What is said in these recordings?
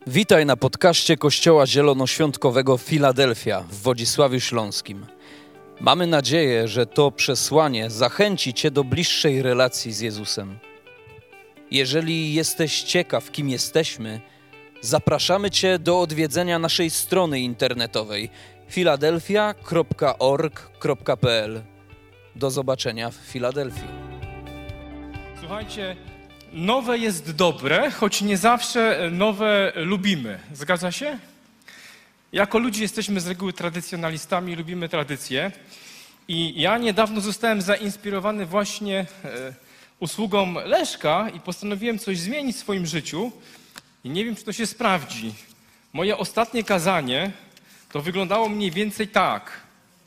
Witaj na podcaście Kościoła Zielonoświątkowego Filadelfia w Wodzisławiu Śląskim. Mamy nadzieję, że to przesłanie zachęci Cię do bliższej relacji z Jezusem. Jeżeli jesteś ciekaw, kim jesteśmy, zapraszamy Cię do odwiedzenia naszej strony internetowej filadelfia.org.pl. Do zobaczenia w Filadelfii. Słuchajcie, nowe jest dobre, choć nie zawsze nowe lubimy. Zgadza się? Jako ludzie jesteśmy z reguły tradycjonalistami, lubimy tradycje. I ja niedawno zostałem zainspirowany właśnie usługą Leszka i postanowiłem coś zmienić w swoim życiu. I nie wiem, czy to się sprawdzi. Moje ostatnie kazanie to wyglądało mniej więcej tak.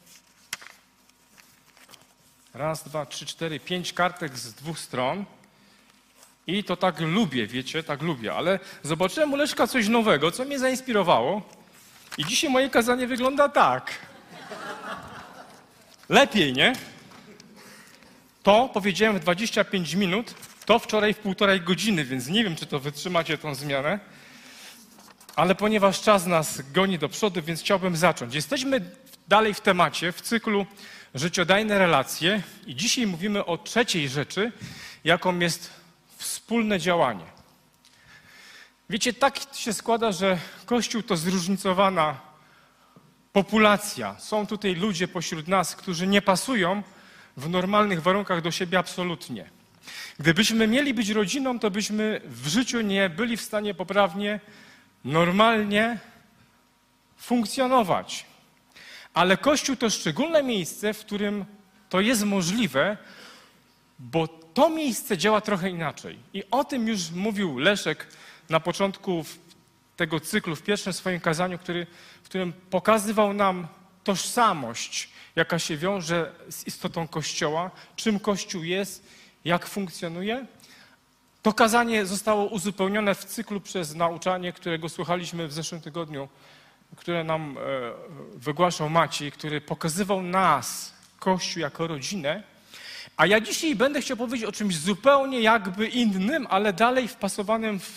1, 2, 3, 4, 5 kartek z 2 stron. I to tak lubię, wiecie, tak lubię. Ale zobaczyłem u Leszka coś nowego, co mnie zainspirowało. I dzisiaj moje kazanie wygląda tak. Lepiej, nie? To powiedziałem w 25 minut, to wczoraj w 1,5 godziny, więc nie wiem, czy to wytrzymacie tą zmianę. Ale ponieważ czas nas goni do przodu, więc chciałbym zacząć. Jesteśmy dalej w temacie, w cyklu Życiodajne relacje i dzisiaj mówimy o trzeciej rzeczy, jaką jest wspólne działanie. Wiecie, tak się składa, że Kościół to zróżnicowana populacja. Są tutaj ludzie pośród nas, którzy nie pasują w normalnych warunkach do siebie absolutnie. Gdybyśmy mieli być rodziną, to byśmy w życiu nie byli w stanie poprawnie, normalnie funkcjonować. Ale Kościół to szczególne miejsce, w którym to jest możliwe, bo to miejsce działa trochę inaczej. I o tym już mówił Leszek na początku tego cyklu, w pierwszym swoim kazaniu, w którym pokazywał nam tożsamość, jaka się wiąże z istotą Kościoła, czym Kościół jest, jak funkcjonuje. To kazanie zostało uzupełnione w cyklu przez nauczanie, którego słuchaliśmy w zeszłym tygodniu, które nam wygłaszał Maciej, który pokazywał nas, Kościół, jako rodzinę. A ja dzisiaj będę chciał powiedzieć o czymś zupełnie jakby innym, ale dalej wpasowanym w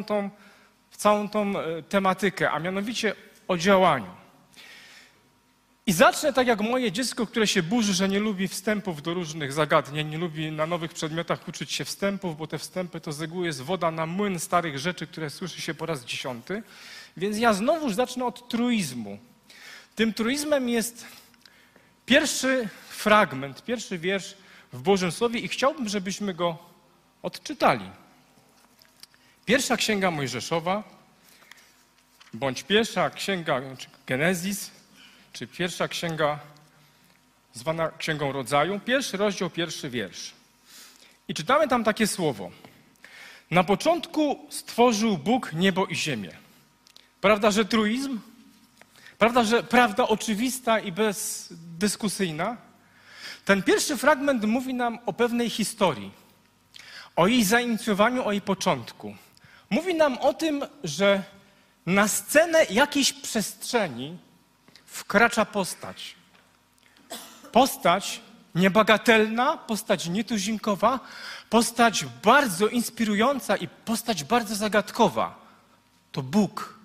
całą tą tematykę, a mianowicie o działaniu. I zacznę tak jak moje dziecko, które się burzy, że nie lubi wstępów do różnych zagadnień, nie lubi na nowych przedmiotach uczyć się wstępów, bo te wstępy to z reguły jest woda na młyn starych rzeczy, które słyszy się po raz 10. Więc ja znowuż zacznę od truizmu. Tym truizmem jest pierwszy fragment, pierwszy wiersz w Bożym Słowie i chciałbym, żebyśmy go odczytali. Pierwsza księga Mojżeszowa, bądź pierwsza księga Genezis, czy pierwsza księga zwana Księgą Rodzaju, 1 rozdział, 1 wiersz. I czytamy tam takie słowo. Na początku stworzył Bóg niebo i ziemię. Prawda, że truizm? Prawda, że prawda oczywista i bezdyskusyjna? Ten pierwszy fragment mówi nam o pewnej historii, o jej zainicjowaniu, o jej początku. Mówi nam o tym, że na scenę jakiejś przestrzeni wkracza postać. Postać niebagatelna, postać nietuzinkowa, postać bardzo inspirująca i postać bardzo zagadkowa. To Bóg.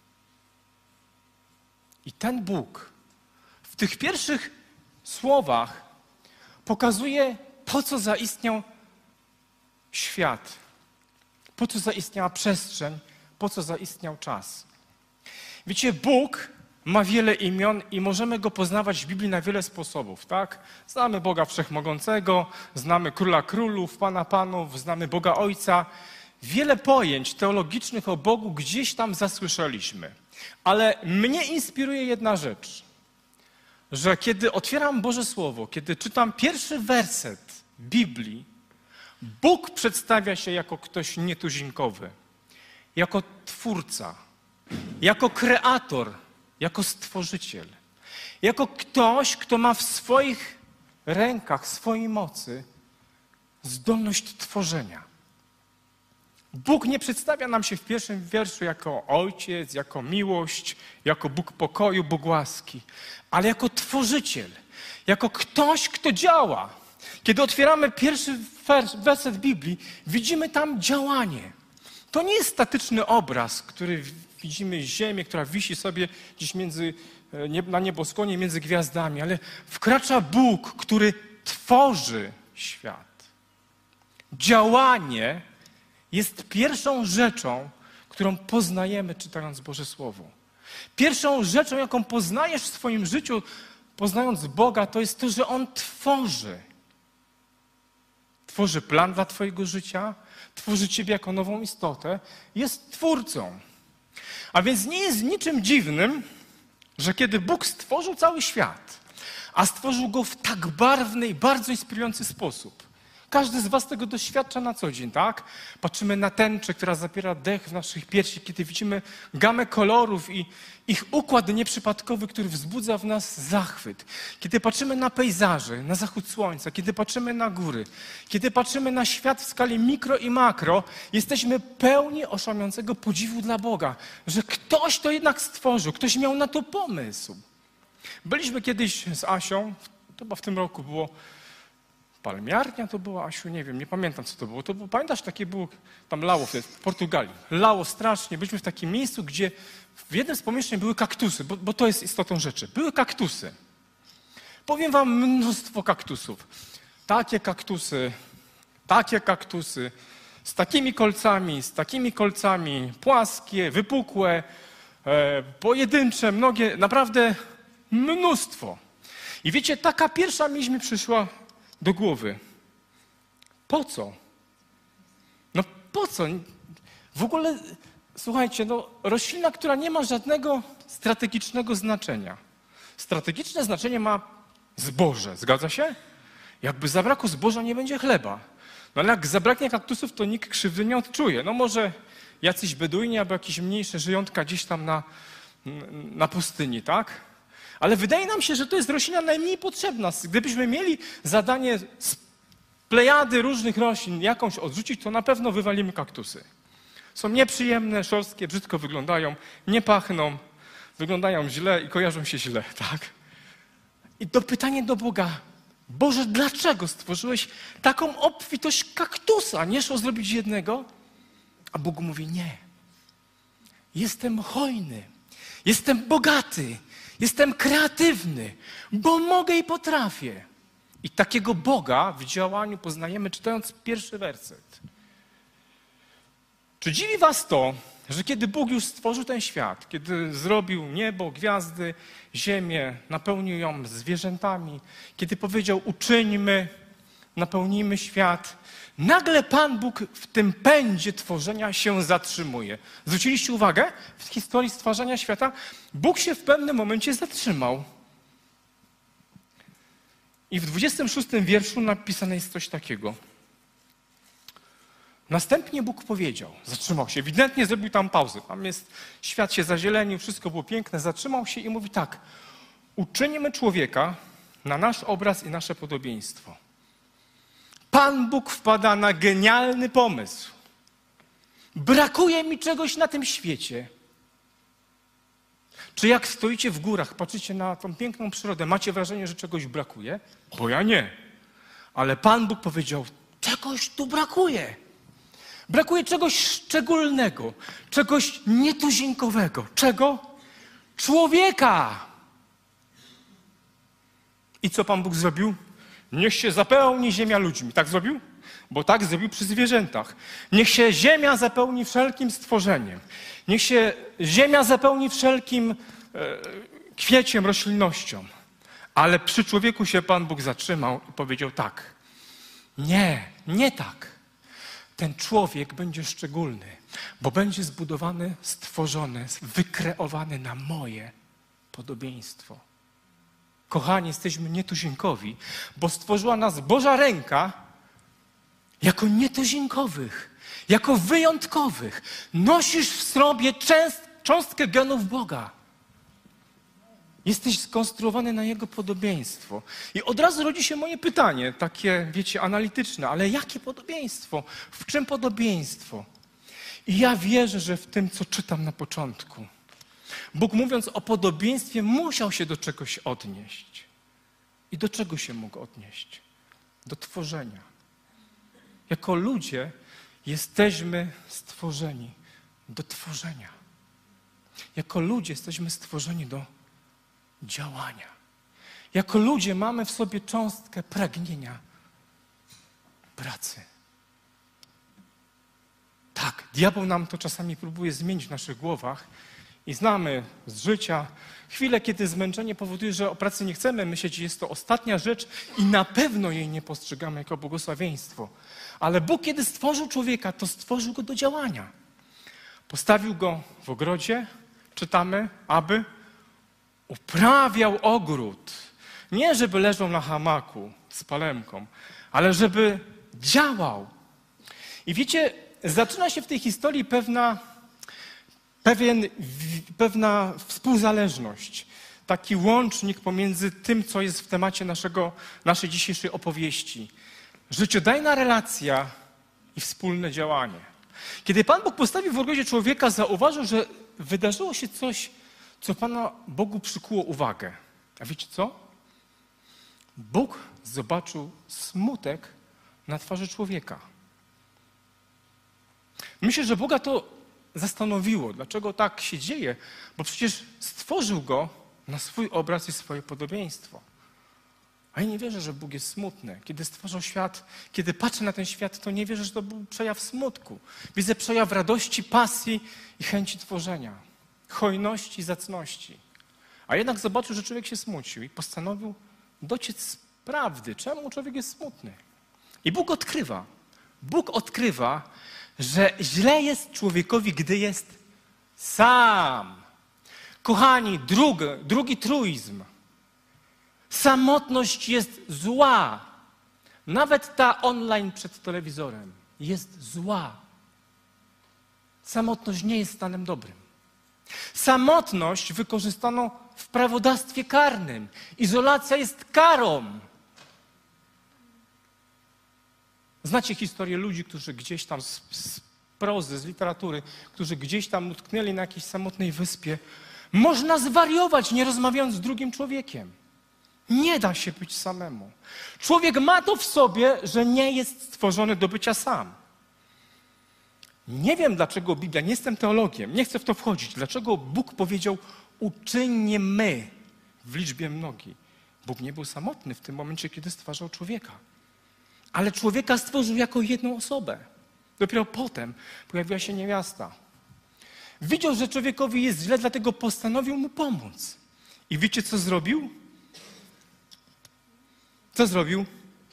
I ten Bóg w tych pierwszych słowach pokazuje, po co zaistniał świat, po co zaistniała przestrzeń, po co zaistniał czas. Wiecie, Bóg ma wiele imion i możemy Go poznawać w Biblii na wiele sposobów, tak? Znamy Boga Wszechmogącego, znamy Króla Królów, Pana Panów, znamy Boga Ojca. Wiele pojęć teologicznych o Bogu gdzieś tam zasłyszeliśmy. Ale mnie inspiruje jedna rzecz, że kiedy otwieram Boże Słowo, kiedy czytam pierwszy werset Biblii, Bóg przedstawia się jako ktoś nietuzinkowy, jako Twórca, jako Kreator, jako Stworzyciel, jako ktoś, kto ma w swoich rękach, swojej mocy zdolność tworzenia. Bóg nie przedstawia nam się w pierwszym wierszu jako Ojciec, jako miłość, jako Bóg pokoju, Bóg łaski, ale jako Tworzyciel, jako ktoś, kto działa. Kiedy otwieramy pierwszy werset Biblii, widzimy tam działanie. To nie jest statyczny obraz, który widzimy ziemię, która wisi sobie gdzieś na nieboskłonie między gwiazdami, ale wkracza Bóg, który tworzy świat. Działanie jest pierwszą rzeczą, którą poznajemy, czytając Boże Słowo. Pierwszą rzeczą, jaką poznajesz w swoim życiu, poznając Boga, to jest to, że On tworzy. Tworzy plan dla twojego życia, tworzy ciebie jako nową istotę, jest twórcą. A więc nie jest niczym dziwnym, że kiedy Bóg stworzył cały świat, a stworzył go w tak barwny i bardzo inspirujący sposób. Każdy z was tego doświadcza na co dzień, tak? Patrzymy na tęczę, która zapiera dech w naszych piersiach, kiedy widzimy gamę kolorów i ich układ nieprzypadkowy, który wzbudza w nas zachwyt. Kiedy patrzymy na pejzaże, na zachód słońca, kiedy patrzymy na góry, kiedy patrzymy na świat w skali mikro i makro, jesteśmy pełni oszałamiającego podziwu dla Boga, że ktoś to jednak stworzył, ktoś miał na to pomysł. Byliśmy kiedyś z Asią, to chyba w tym roku było, palmiarnia to była, Asiu, nie wiem, nie pamiętam co to było. To było, pamiętasz, takie było, tam lało wtedy, w Portugalii. Lało strasznie. Byliśmy w takim miejscu, gdzie w jednym z pomieszczeń były kaktusy, bo to jest istotą rzeczy. Były kaktusy. Powiem wam, mnóstwo kaktusów. Takie kaktusy, z takimi kolcami, płaskie, wypukłe, pojedyncze, mnogie, naprawdę mnóstwo. I wiecie, taka pierwsza myśl mi przyszła do głowy. Po co? No po co? W ogóle, słuchajcie, roślina, która nie ma żadnego strategicznego znaczenia. Strategiczne znaczenie ma zboże, zgadza się? Jakby zabrakło zboża, nie będzie chleba. No ale jak zabraknie kaktusów, to nikt krzywdy nie odczuje. No może jacyś beduini albo jakieś mniejsze żyjątka gdzieś tam na pustyni, tak? Ale wydaje nam się, że to jest roślina najmniej potrzebna. Gdybyśmy mieli zadanie z plejady różnych roślin jakąś odrzucić, to na pewno wywalimy kaktusy. Są nieprzyjemne, szorstkie, brzydko wyglądają, nie pachną, wyglądają źle i kojarzą się źle, tak? I to pytanie do Boga. Boże, dlaczego stworzyłeś taką obfitość kaktusa? Nie szło zrobić jednego? A Bóg mówi, nie. Jestem hojny, jestem bogaty, jestem kreatywny, bo mogę i potrafię. I takiego Boga w działaniu poznajemy, czytając pierwszy werset. Czy dziwi was to, że kiedy Bóg już stworzył ten świat, kiedy zrobił niebo, gwiazdy, ziemię, napełnił ją zwierzętami, kiedy powiedział uczyńmy, napełnijmy świat, nagle Pan Bóg w tym pędzie tworzenia się zatrzymuje. Zwróciliście uwagę? W historii stwarzania świata Bóg się w pewnym momencie zatrzymał. I w 26 wierszu napisane jest coś takiego. Następnie Bóg powiedział, zatrzymał się, ewidentnie zrobił tam pauzę. Tam jest, świat się zazielenił, wszystko było piękne, zatrzymał się i mówi tak. Uczynimy człowieka na nasz obraz i nasze podobieństwo. Pan Bóg wpada na genialny pomysł. Brakuje mi czegoś na tym świecie. Czy jak stoicie w górach, patrzycie na tą piękną przyrodę, macie wrażenie, że czegoś brakuje? Bo ja nie. Ale Pan Bóg powiedział, czegoś tu brakuje. Brakuje czegoś szczególnego, czegoś nietuzinkowego. Czego? Człowieka. I co Pan Bóg zrobił? Niech się zapełni ziemia ludźmi. Tak zrobił? Bo tak zrobił przy zwierzętach. Niech się ziemia zapełni wszelkim stworzeniem. Niech się ziemia zapełni wszelkim kwieciem, roślinnością. Ale przy człowieku się Pan Bóg zatrzymał i powiedział tak. Nie tak. Ten człowiek będzie szczególny, bo będzie zbudowany, stworzony, wykreowany na moje podobieństwo. Kochani, jesteśmy nietuzinkowi, bo stworzyła nas Boża ręka jako nietuzinkowych, jako wyjątkowych. Nosisz w sobie cząstkę genów Boga. Jesteś skonstruowany na Jego podobieństwo. I od razu rodzi się moje pytanie, takie, wiecie, analityczne, ale jakie podobieństwo? W czym podobieństwo? I ja wierzę, że w tym, co czytam na początku. Bóg, mówiąc o podobieństwie, musiał się do czegoś odnieść. I do czego się mógł odnieść? Do tworzenia. Jako ludzie Jesteśmy stworzeni do tworzenia. Jako ludzie jesteśmy stworzeni do działania. Jako ludzie mamy w sobie cząstkę pragnienia pracy. Tak, diabeł nam to czasami próbuje zmienić w naszych głowach i znamy z życia chwilę, kiedy zmęczenie powoduje, że o pracy nie chcemy myśleć, jest to ostatnia rzecz i na pewno jej nie postrzegamy jako błogosławieństwo. Ale Bóg, kiedy stworzył człowieka, to stworzył go do działania. Postawił go w ogrodzie, czytamy, aby uprawiał ogród. Nie, żeby leżał na hamaku z palemką, ale żeby działał. I wiecie, zaczyna się w tej historii pewna współzależność. Taki łącznik pomiędzy tym, co jest w temacie naszej dzisiejszej opowieści. Życiodajna relacja i wspólne działanie. Kiedy Pan Bóg postawił w ogrodzie człowieka, zauważył, że wydarzyło się coś, co Pana Bogu przykuło uwagę. A wiecie co? Bóg zobaczył smutek na twarzy człowieka. Myślę, że Boga to zastanowiło, dlaczego tak się dzieje, bo przecież stworzył go na swój obraz i swoje podobieństwo. A ja nie wierzę, że Bóg jest smutny. Kiedy stworzył świat, kiedy patrzę na ten świat, to nie wierzę, że to był przejaw smutku. Widzę przejaw radości, pasji i chęci tworzenia, hojności, zacności. A jednak zobaczył, że człowiek się smucił i postanowił dociec z prawdy, czemu człowiek jest smutny. I Bóg odkrywa, że źle jest człowiekowi, gdy jest sam. Kochani, drugi truizm. Samotność jest zła. Nawet ta online przed telewizorem jest zła. Samotność nie jest stanem dobrym. Samotność wykorzystano w prawodawstwie karnym. Izolacja jest karą. Znacie historię ludzi, którzy gdzieś tam z prozy, z literatury, którzy gdzieś tam utknęli na jakiejś samotnej wyspie. Można zwariować, nie rozmawiając z drugim człowiekiem. Nie da się być samemu. Człowiek ma to w sobie, że nie jest stworzony do bycia sam. Nie wiem, dlaczego Biblia, nie jestem teologiem, nie chcę w to wchodzić, dlaczego Bóg powiedział uczyńnie my w liczbie mnogiej. Bóg nie był samotny w tym momencie, kiedy stwarzał człowieka. Ale człowieka stworzył jako jedną osobę. Dopiero potem pojawiła się niewiasta. Widział, że człowiekowi jest źle, dlatego postanowił mu pomóc. I wiecie, co zrobił? Co zrobił?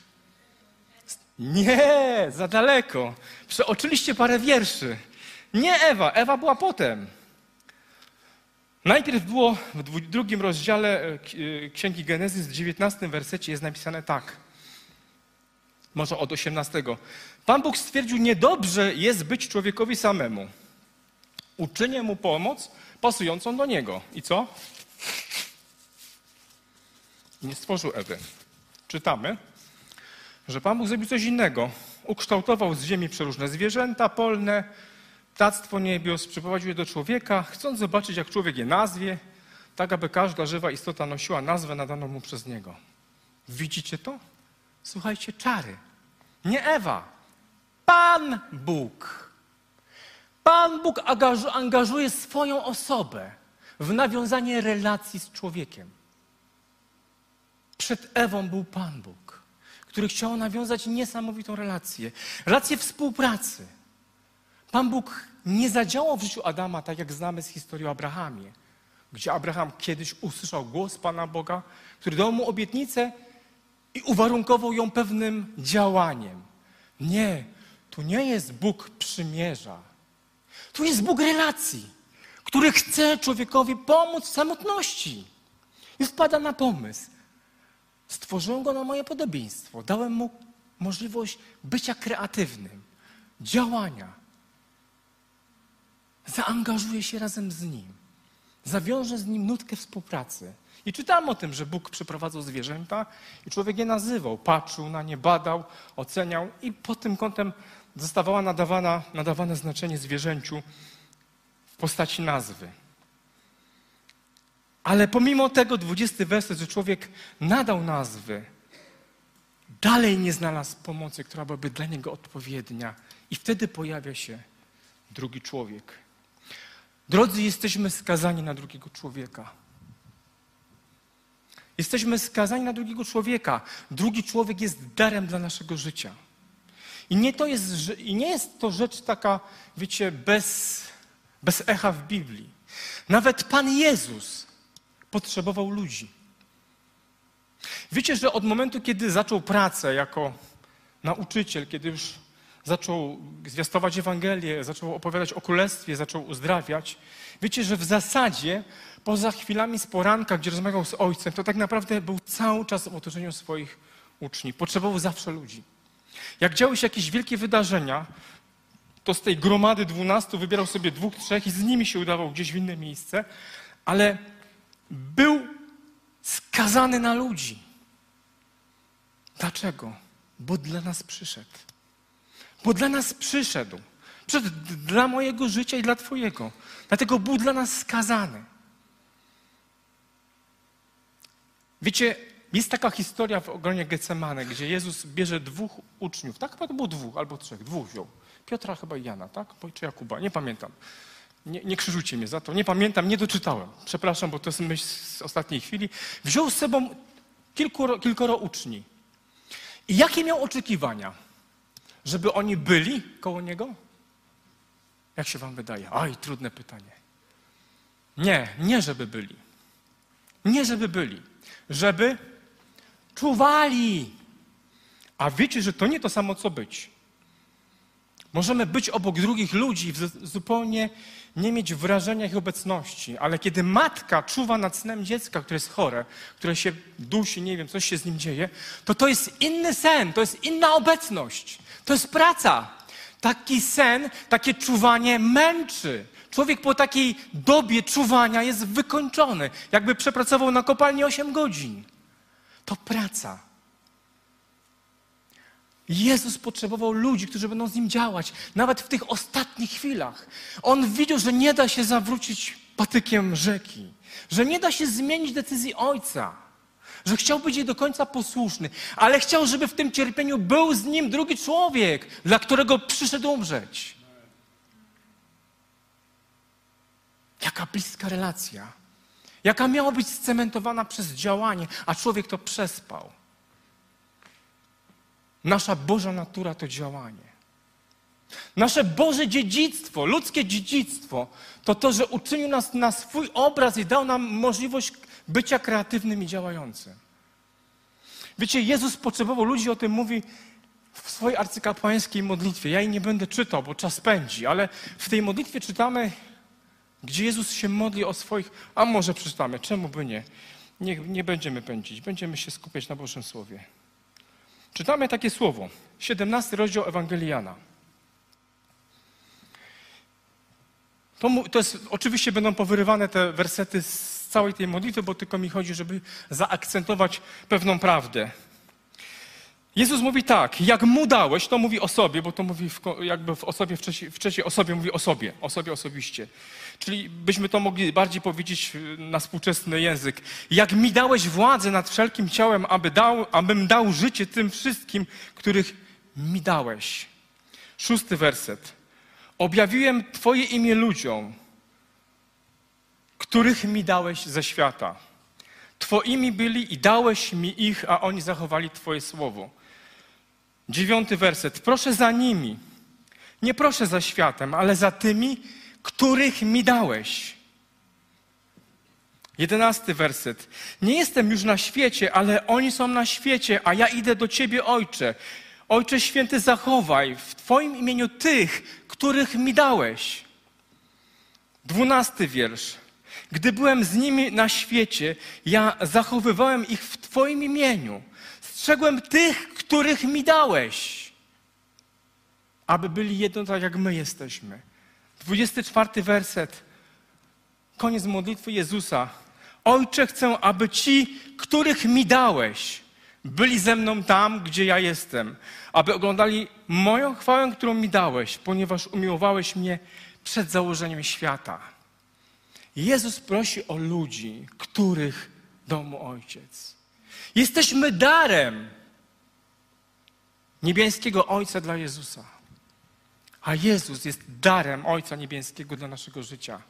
Nie, za daleko. Przeoczyliście parę wierszy. Nie Ewa była potem. Najpierw było w 2 rozdziale Księgi Genezys, w 19 wersecie jest napisane tak. Może od 18. Pan Bóg stwierdził, niedobrze jest być człowiekowi samemu. Uczynię mu pomoc pasującą do niego. I co? Nie stworzył Ewy. Czytamy, że Pan Bóg zrobił coś innego. Ukształtował z ziemi przeróżne zwierzęta polne, ptactwo niebios, przyprowadził je do człowieka, chcąc zobaczyć, jak człowiek je nazwie, tak aby każda żywa istota nosiła nazwę nadaną mu przez niego. Widzicie to? Słuchajcie, czary. Nie Ewa. Pan Bóg. Pan Bóg angażuje swoją osobę w nawiązanie relacji z człowiekiem. Przed Ewą był Pan Bóg, który chciał nawiązać niesamowitą relację. Relację współpracy. Pan Bóg nie zadziałał w życiu Adama, tak jak znamy z historii o Abrahamie, gdzie Abraham kiedyś usłyszał głos Pana Boga, który dał mu obietnicę i uwarunkował ją pewnym działaniem. Nie, tu nie jest Bóg przymierza. Tu jest Bóg relacji, który chce człowiekowi pomóc w samotności. I wpada na pomysł. Stworzyłem go na moje podobieństwo. Dałem mu możliwość bycia kreatywnym, działania. Zaangażuję się razem z nim. Zawiążę z nim nutkę współpracy. I czytamy o tym, że Bóg przyprowadzał zwierzęta i człowiek je nazywał, patrzył na nie, badał, oceniał i pod tym kątem zostawała nadawane znaczenie zwierzęciu w postaci nazwy. Ale pomimo tego 20 werset, że człowiek nadał nazwy, dalej nie znalazł pomocy, która byłaby dla niego odpowiednia I wtedy pojawia się drugi człowiek. Drodzy, jesteśmy skazani na drugiego człowieka. Jesteśmy skazani na drugiego człowieka. Drugi człowiek jest darem dla naszego życia. I nie jest to rzecz taka, wiecie, bez echa w Biblii. Nawet Pan Jezus potrzebował ludzi. Wiecie, że od momentu, kiedy zaczął pracę jako nauczyciel, kiedy już zaczął zwiastować Ewangelię, zaczął opowiadać o Królestwie, zaczął uzdrawiać, wiecie, że w zasadzie poza chwilami z poranka, gdzie rozmawiał z Ojcem, to tak naprawdę był cały czas w otoczeniu swoich uczniów. Potrzebował zawsze ludzi. Jak działy się jakieś wielkie wydarzenia, to z tej gromady 12 wybierał sobie 2, 3 i z nimi się udawał gdzieś w inne miejsce, ale był skazany na ludzi. Dlaczego? Bo dla nas przyszedł. Bo dla nas przyszedł. Przyszedł dla mojego życia i dla twojego. Dlatego był dla nas skazany. Wiecie, jest taka historia w ogronie Getsemane, gdzie Jezus bierze 2 uczniów. Tak? Chyba to było 2 albo 3. 2 wziął. Piotra chyba i Jana, tak? Czy Jakuba, nie pamiętam. Nie krzyżujcie mnie za to. Nie pamiętam, nie doczytałem. Przepraszam, bo to jest myśl z ostatniej chwili. Wziął z sobą kilkoro uczniów. I jakie miał oczekiwania? Żeby oni byli koło Niego? Jak się wam wydaje? Oj, trudne pytanie. Nie żeby byli. Nie żeby byli. Żeby czuwali. A wiecie, że to nie to samo, co być. Możemy być obok drugich ludzi i zupełnie nie mieć wrażenia ich obecności, ale kiedy matka czuwa nad snem dziecka, które jest chore, które się dusi, nie wiem, coś się z nim dzieje, to jest inny sen, to jest inna obecność, to jest praca. Taki sen, takie czuwanie męczy. Człowiek po takiej dobie czuwania jest wykończony, jakby przepracował na kopalni 8 godzin. To praca. Jezus potrzebował ludzi, którzy będą z Nim działać, nawet w tych ostatnich chwilach. On widział, że nie da się zawrócić patykiem rzeki, że nie da się zmienić decyzji Ojca, że chciał być jej do końca posłuszny, ale chciał, żeby w tym cierpieniu był z Nim drugi człowiek, dla którego przyszedł umrzeć. Jaka bliska relacja, jaka miała być scementowana przez działanie, a człowiek to przespał. Nasza Boża natura to działanie. Nasze Boże dziedzictwo, ludzkie dziedzictwo, to to, że uczynił nas na swój obraz i dał nam możliwość bycia kreatywnym i działającym. Wiecie, Jezus potrzebował ludzi, o tym mówi w swojej arcykapłańskiej modlitwie. Ja jej nie będę czytał, bo czas pędzi, ale w tej modlitwie czytamy, gdzie Jezus się modli o swoich... A może przeczytamy, czemu by nie? Nie będziemy pędzić, będziemy się skupiać na Bożym Słowie. Czytamy takie słowo, 17 rozdział Ewangelii Jana. To jest, oczywiście będą powyrywane te wersety z całej tej modlitwy, bo tylko mi chodzi, żeby zaakcentować pewną prawdę. Jezus mówi tak, jak mu dałeś, to mówi o sobie, bo to mówi jakby w trzeciej osobie mówi o sobie osobiście. Czyli byśmy to mogli bardziej powiedzieć na współczesny język. Jak mi dałeś władzę nad wszelkim ciałem, abym dał życie tym wszystkim, których mi dałeś. 6 werset. Objawiłem Twoje imię ludziom, których mi dałeś ze świata. Twoimi byli i dałeś mi ich, a oni zachowali Twoje słowo. 9 werset. Proszę za nimi. Nie proszę za światem, ale za tymi, których mi dałeś. 11 werset. Nie jestem już na świecie, ale oni są na świecie, a ja idę do Ciebie, Ojcze. Ojcze Święty, zachowaj w Twoim imieniu tych, których mi dałeś. 12 wiersz. Gdy byłem z nimi na świecie, ja zachowywałem ich w Twoim imieniu. Strzegłem tych, których mi dałeś, aby byli jedno tak, jak my jesteśmy. 24 werset. Koniec modlitwy Jezusa. Ojcze, chcę, aby ci, których mi dałeś, byli ze mną tam, gdzie ja jestem. Aby oglądali moją chwałę, którą mi dałeś, ponieważ umiłowałeś mnie przed założeniem świata. Jezus prosi o ludzi, których dał mu Ojciec. Jesteśmy darem niebieskiego Ojca dla Jezusa. A Jezus jest darem Ojca Niebieskiego dla naszego życia.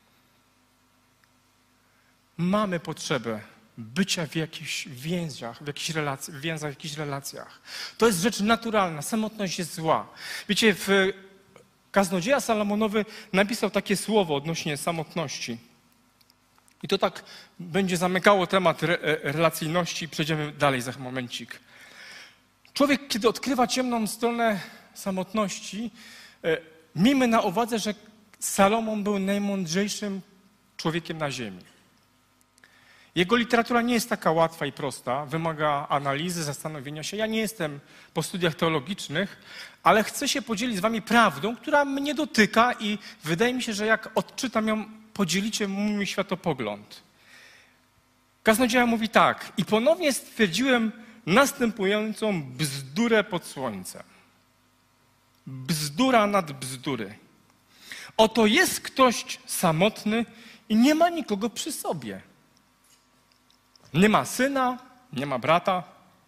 Mamy potrzebę bycia w jakichś więziach, w jakichś relacjach. To jest rzecz naturalna. Samotność jest zła. Wiecie, Kaznodzieja Salomonowy napisał takie słowo odnośnie samotności. I to tak będzie zamykało temat relacyjności. Przejdziemy dalej za momencik. Człowiek, kiedy odkrywa ciemną stronę samotności, miejmy na uwadze, że Salomon był najmądrzejszym człowiekiem na ziemi. Jego literatura nie jest taka łatwa i prosta, wymaga analizy, zastanowienia się. Ja nie jestem po studiach teologicznych, ale chcę się podzielić z wami prawdą, która mnie dotyka i wydaje mi się, że jak odczytam ją, podzielicie mój światopogląd. Kaznodzieja mówi tak: i ponownie stwierdziłem następującą bzdurę pod słońcem. Bzdura nad bzdury. Oto jest ktoś samotny i nie ma nikogo przy sobie. Nie ma syna, nie ma brata.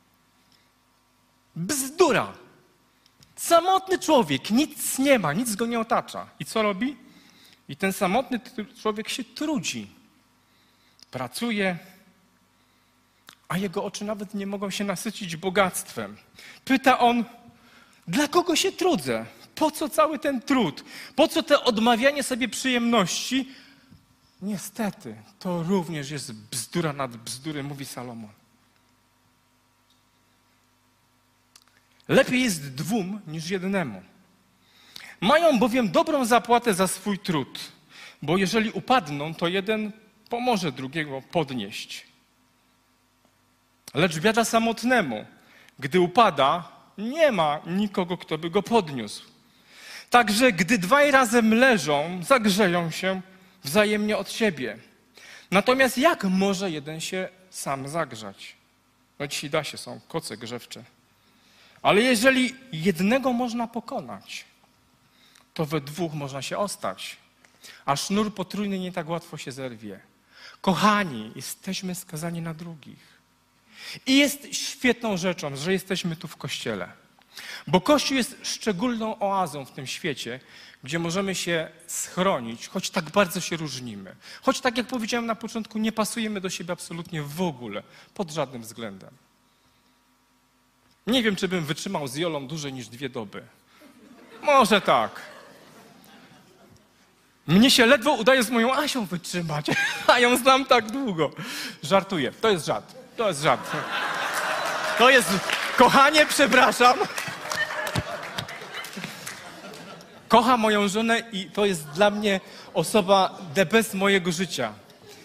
Bzdura. Samotny człowiek, nic nie ma, nic go nie otacza. I co robi? I ten samotny człowiek się trudzi. Pracuje, a jego oczy nawet nie mogą się nasycić bogactwem. Pyta on, dla kogo się trudzę? Po co cały ten trud? Po co te odmawianie sobie przyjemności? Niestety, to również jest bzdura nad bzdury, mówi Salomon. Lepiej jest dwóm niż jednemu. Mają bowiem dobrą zapłatę za swój trud, bo jeżeli upadną, to jeden pomoże drugiego podnieść. Lecz biada samotnemu, gdy upada, nie ma nikogo, kto by go podniósł. Także gdy dwaj razem leżą, zagrzeją się wzajemnie od siebie. Natomiast jak może jeden się sam zagrzać? No dzisiaj da się, są koce grzewcze. Ale jeżeli jednego można pokonać, to we dwóch można się ostać. A sznur potrójny nie tak łatwo się zerwie. Kochani, jesteśmy skazani na drugich. I jest świetną rzeczą, że jesteśmy tu w Kościele. Bo Kościół jest szczególną oazą w tym świecie, gdzie możemy się schronić, choć tak bardzo się różnimy. Choć tak jak powiedziałem na początku, nie pasujemy do siebie absolutnie w ogóle, pod żadnym względem. Nie wiem, czy bym wytrzymał z Jolą dłużej niż 2 doby. Może tak. Mnie się ledwo udaje z moją Asią wytrzymać, a ją znam tak długo. Żartuję. To jest żart. To jest żart. To jest... Kochanie, przepraszam. Kocham moją żonę i to jest dla mnie osoba the best mojego życia.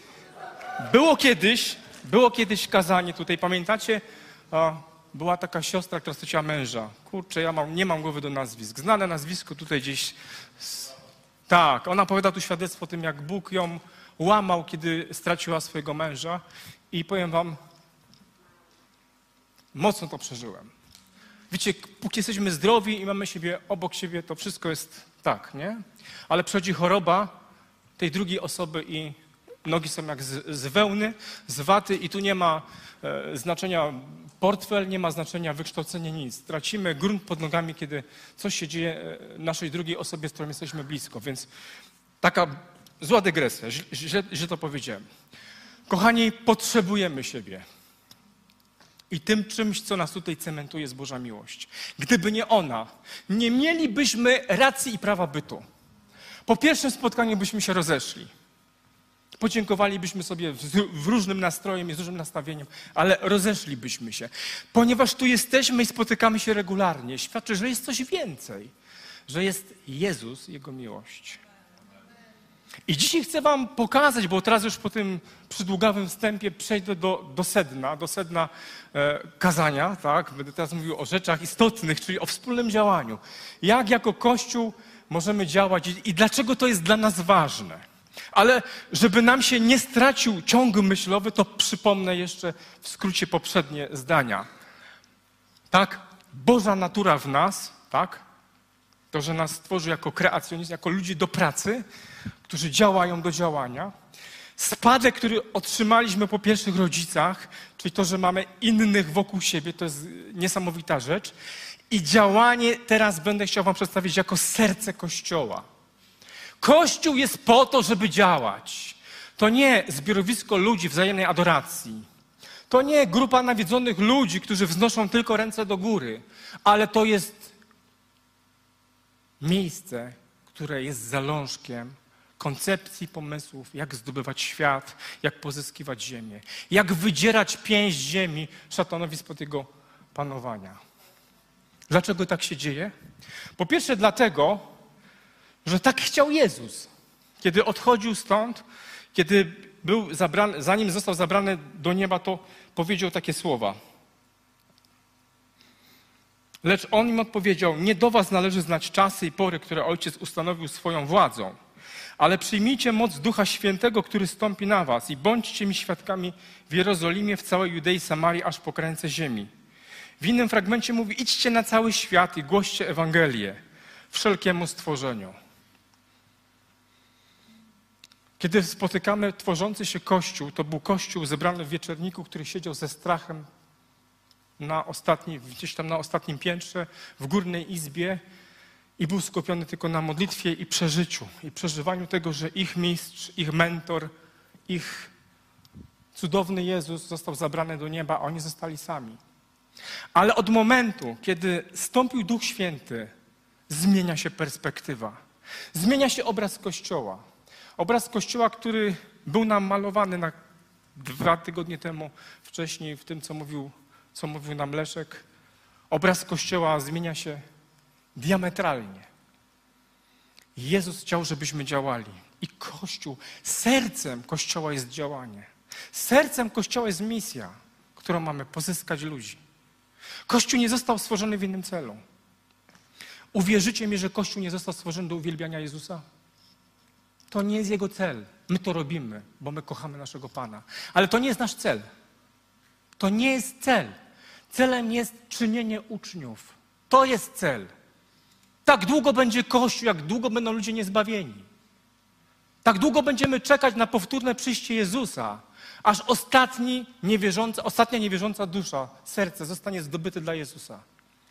Było kiedyś kazanie tutaj, pamiętacie? Była taka siostra, która straciła męża. Kurczę, ja nie mam głowy do nazwisk. Znane nazwisko tutaj gdzieś. Tak, ona opowiada tu świadectwo o tym, jak Bóg ją łamał, kiedy straciła swojego męża. I powiem wam, mocno to przeżyłem. Wiecie, póki jesteśmy zdrowi i mamy siebie obok siebie, to wszystko jest tak, nie? Ale przychodzi choroba tej drugiej osoby i nogi są jak z wełny, z waty i tu nie ma znaczenia portfel, nie ma znaczenia wykształcenie, nic. Tracimy grunt pod nogami, kiedy coś się dzieje naszej drugiej osobie, z którą jesteśmy blisko. Więc taka zła dygresja, że to powiedziałem. Kochani, potrzebujemy siebie. I tym czymś, co nas tutaj cementuje, jest Boża miłość. Gdyby nie ona, nie mielibyśmy racji i prawa bytu. Po pierwszym spotkaniu byśmy się rozeszli. Podziękowalibyśmy sobie w różnym nastrojem i z różnym nastawieniem, ale rozeszlibyśmy się. Ponieważ tu jesteśmy i spotykamy się regularnie, świadczy, że jest coś więcej. Że jest Jezus, Jego miłość. I dzisiaj chcę wam pokazać, bo teraz już po tym przydługawym wstępie przejdę do sedna kazania, tak? Będę teraz mówił o rzeczach istotnych, czyli o wspólnym działaniu. Jak jako Kościół możemy działać i dlaczego to jest dla nas ważne. Ale żeby nam się nie stracił ciąg myślowy, to przypomnę jeszcze w skrócie poprzednie zdania. Tak? Boża natura w nas, tak? To, że nas stworzył jako kreacjonizm, jako ludzi do pracy, którzy działają do działania. Spadek, który otrzymaliśmy po pierwszych rodzicach, czyli to, że mamy innych wokół siebie, to jest niesamowita rzecz. I działanie teraz będę chciał wam przedstawić jako serce Kościoła. Kościół jest po to, żeby działać. To nie zbiorowisko ludzi wzajemnej adoracji. To nie grupa nawiedzonych ludzi, którzy wznoszą tylko ręce do góry, ale to jest miejsce, które jest zalążkiem koncepcji, pomysłów, jak zdobywać świat, jak pozyskiwać ziemię, jak wydzierać pięść ziemi szatanowi spod jego panowania. Dlaczego tak się dzieje? Po pierwsze dlatego, że tak chciał Jezus. Kiedy odchodził stąd, kiedy był zabrany, zanim został zabrany do nieba, to powiedział takie słowa. Lecz on im odpowiedział, nie do was należy znać czasy i pory, które Ojciec ustanowił swoją władzą, ale przyjmijcie moc Ducha Świętego, który stąpi na was i bądźcie mi świadkami w Jerozolimie, w całej Judei, Samarii, aż po krańce ziemi. W innym fragmencie mówi, idźcie na cały świat i głoście Ewangelię wszelkiemu stworzeniu. Kiedy spotykamy tworzący się Kościół, to był Kościół zebrany w wieczorniku, który siedział ze strachem gdzieś tam na ostatnim piętrze, w górnej izbie i był skupiony tylko na modlitwie i przeżyciu. I przeżywaniu tego, że ich mistrz, ich mentor, ich cudowny Jezus został zabrany do nieba, a oni zostali sami. Ale od momentu, kiedy stąpił Duch Święty, zmienia się perspektywa. Zmienia się obraz Kościoła. Obraz Kościoła, który był nam malowany 2 tygodnie temu, wcześniej w tym, co mówił nam Leszek. Obraz Kościoła zmienia się diametralnie. Jezus chciał, żebyśmy działali. I Kościół, sercem Kościoła jest działanie. Sercem Kościoła jest misja, którą mamy pozyskać ludzi. Kościół nie został stworzony w innym celu. Uwierzycie mi, że Kościół nie został stworzony do uwielbiania Jezusa? To nie jest Jego cel. My to robimy, bo my kochamy naszego Pana. Ale to nie jest nasz cel. To nie jest cel. Celem jest czynienie uczniów. To jest cel. Tak długo będzie Kościół, jak długo będą ludzie niezbawieni. Tak długo będziemy czekać na powtórne przyjście Jezusa, aż ostatnia niewierząca dusza, serce zostanie zdobyte dla Jezusa.